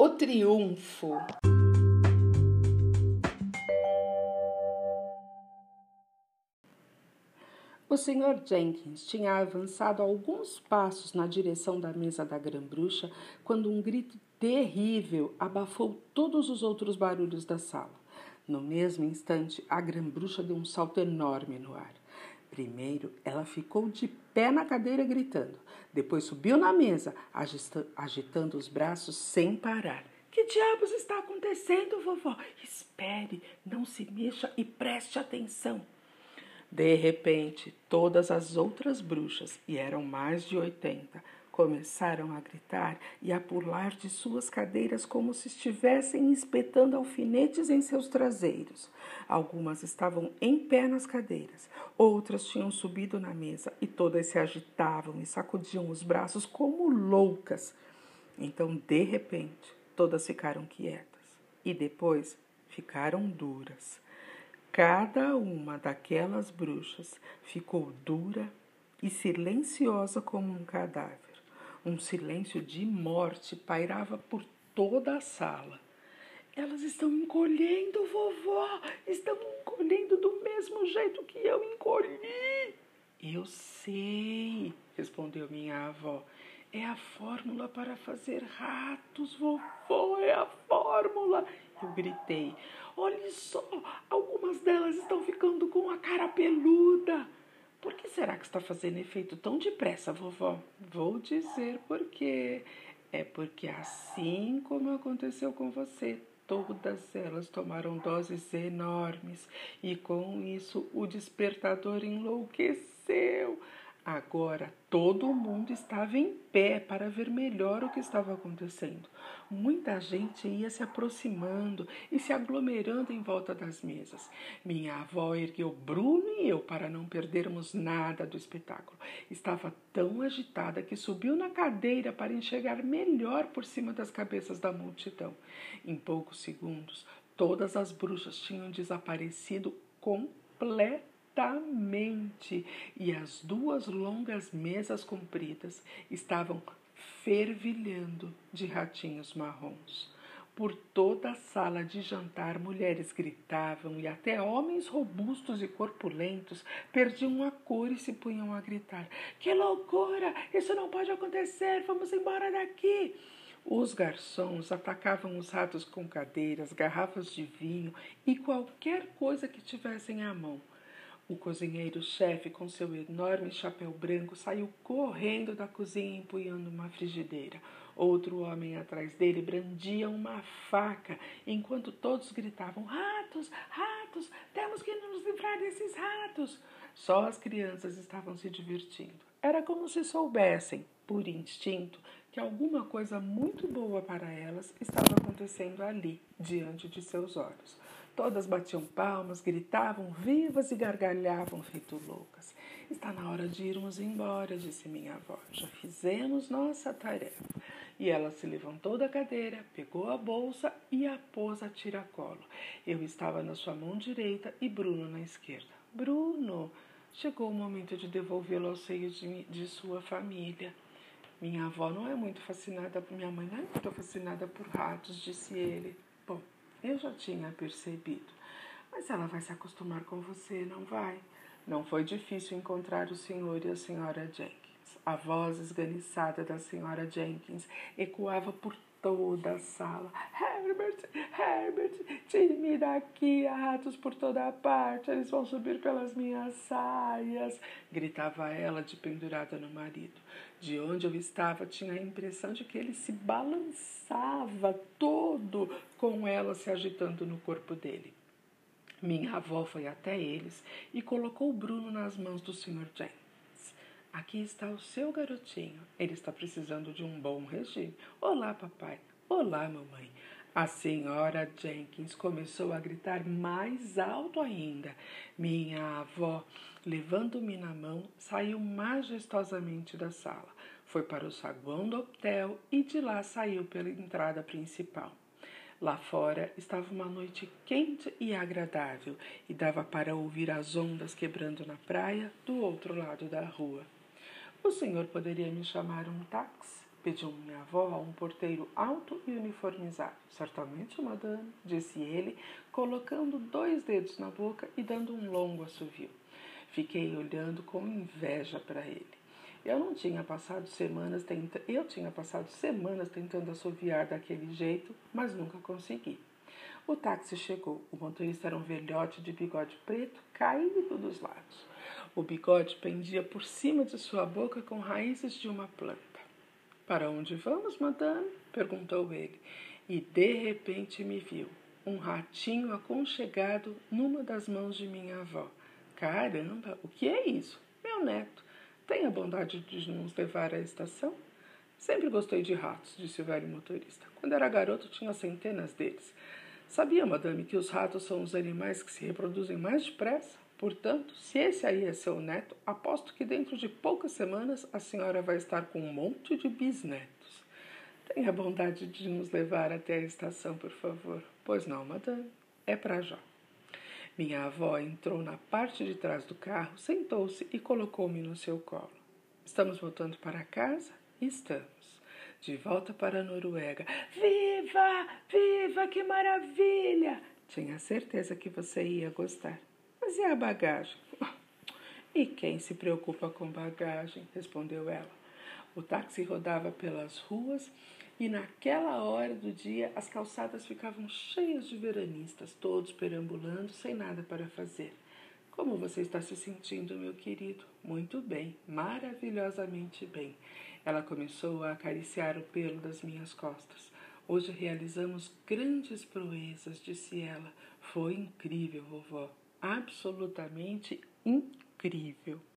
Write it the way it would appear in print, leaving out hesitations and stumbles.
O Triunfo. O Sr. Jenkins tinha avançado alguns passos na direção da mesa da Grã-Bruxa quando um grito terrível abafou todos os outros barulhos da sala. No mesmo instante, a Grã-Bruxa deu um salto enorme no ar. Primeiro, ela ficou de pé na cadeira gritando. Depois subiu na mesa, agitando os braços sem parar. Que diabos está acontecendo, vovó? Espere, não se mexa e preste atenção. De repente, todas as outras bruxas, e eram mais de 80, começaram a gritar e a pular de suas cadeiras como se estivessem espetando alfinetes em seus traseiros. Algumas estavam em pé nas cadeiras, outras tinham subido na mesa e todas se agitavam e sacudiam os braços como loucas. Então, de repente, todas ficaram quietas e depois ficaram duras. Cada uma daquelas bruxas ficou dura e silenciosa como um cadáver. Um silêncio de morte pairava por toda a sala. Elas estão encolhendo, vovó! Estão encolhendo do mesmo jeito que eu encolhi! Eu sei, respondeu minha avó. É a fórmula para fazer ratos, vovó, é a fórmula! Eu gritei. Olhe só, algumas delas estão ficando com a cara peluda. Por que será que está fazendo efeito tão depressa, vovó? Vou dizer por quê. É porque assim como aconteceu com você, todas elas tomaram doses enormes e com isso o despertador enlouqueceu. Agora todo mundo estava em pé para ver melhor o que estava acontecendo. Muita gente ia se aproximando e se aglomerando em volta das mesas. Minha avó ergueu Bruno e eu para não perdermos nada do espetáculo. Estava tão agitada que subiu na cadeira para enxergar melhor por cima das cabeças da multidão. Em poucos segundos, todas as bruxas tinham desaparecido completamente. E as duas longas mesas compridas estavam fervilhando de ratinhos marrons. Por toda a sala de jantar, mulheres gritavam e até homens robustos e corpulentos perdiam a cor e se punham a gritar. Que loucura! Isso não pode acontecer! Vamos embora daqui! Os garçons atacavam os ratos com cadeiras, garrafas de vinho e qualquer coisa que tivessem à mão. O cozinheiro-chefe, com seu enorme chapéu branco, saiu correndo da cozinha empunhando uma frigideira. Outro homem atrás dele brandia uma faca, enquanto todos gritavam: ratos, ratos, temos que nos livrar desses ratos. Só as crianças estavam se divertindo. Era como se soubessem, por instinto, que alguma coisa muito boa para elas estava acontecendo ali, diante de seus olhos. Todas batiam palmas, gritavam vivas e gargalhavam feito loucas. Está na hora de irmos embora, disse minha avó. Já fizemos nossa tarefa. E ela se levantou da cadeira, pegou a bolsa e a pôs a tiracolo. Eu estava na sua mão direita e Bruno na esquerda. Bruno! Chegou o momento de devolvê-lo ao seio de sua família. Minha avó não é muito fascinada, minha mãe não é muito fascinada por ratos, disse ele. Bom, eu já tinha percebido. Mas ela vai se acostumar com você, não vai? Não foi difícil encontrar o senhor e a senhora Jenkins. A voz esganiçada da senhora Jenkins ecoava por toda a sala. Herbert, Herbert, tire-me daqui, há ratos por toda a parte, eles vão subir pelas minhas saias, gritava ela de pendurada no marido. De onde eu estava, tinha a impressão de que ele se balançava todo com ela se agitando no corpo dele. Minha avó foi até eles e colocou o Bruno nas mãos do Sr. Jenkins. Aqui está o seu garotinho. Ele está precisando de um bom regime. Olá, papai. Olá, mamãe. A senhora Jenkins começou a gritar mais alto ainda. Minha avó, levando-me na mão, saiu majestosamente da sala. Foi para o saguão do hotel e de lá saiu pela entrada principal. Lá fora estava uma noite quente e agradável e dava para ouvir as ondas quebrando na praia do outro lado da rua. O senhor poderia me chamar um táxi? Pediu minha avó a um porteiro alto e uniformizado. Certamente, madame, disse ele, colocando 2 dedos na boca e dando um longo assovio. Fiquei olhando com inveja para ele. Eu tinha passado semanas tentando assoviar daquele jeito, mas nunca consegui. O táxi chegou. O motorista era um velhote de bigode preto, caído dos lados. O bigode pendia por cima de sua boca com raízes de uma planta. Para onde vamos, madame? Perguntou ele. E de repente me viu. Um ratinho aconchegado numa das mãos de minha avó. Caramba, o que é isso? Meu neto. Tem a bondade de nos levar à estação? Sempre gostei de ratos, disse o velho motorista. Quando era garoto, tinha centenas deles. Sabia, madame, que os ratos são os animais que se reproduzem mais depressa? Portanto, se esse aí é seu neto, aposto que dentro de poucas semanas a senhora vai estar com um monte de bisnetos. Tenha a bondade de nos levar até a estação, por favor. Pois não, madame. É para já. Minha avó entrou na parte de trás do carro, sentou-se e colocou-me no seu colo. Estamos voltando para casa? Estamos. De volta para a Noruega. Viva! Viva! Que maravilha! Tinha certeza que você ia gostar. Mas e a bagagem? E quem se preocupa com bagagem? Respondeu ela. O táxi rodava pelas ruas e naquela hora do dia as calçadas ficavam cheias de veranistas, todos perambulando sem nada para fazer. Como você está se sentindo, meu querido? Muito bem, maravilhosamente bem. Ela começou a acariciar o pelo das minhas costas. Hoje realizamos grandes proezas, disse ela. Foi incrível, vovó. Absolutamente incrível.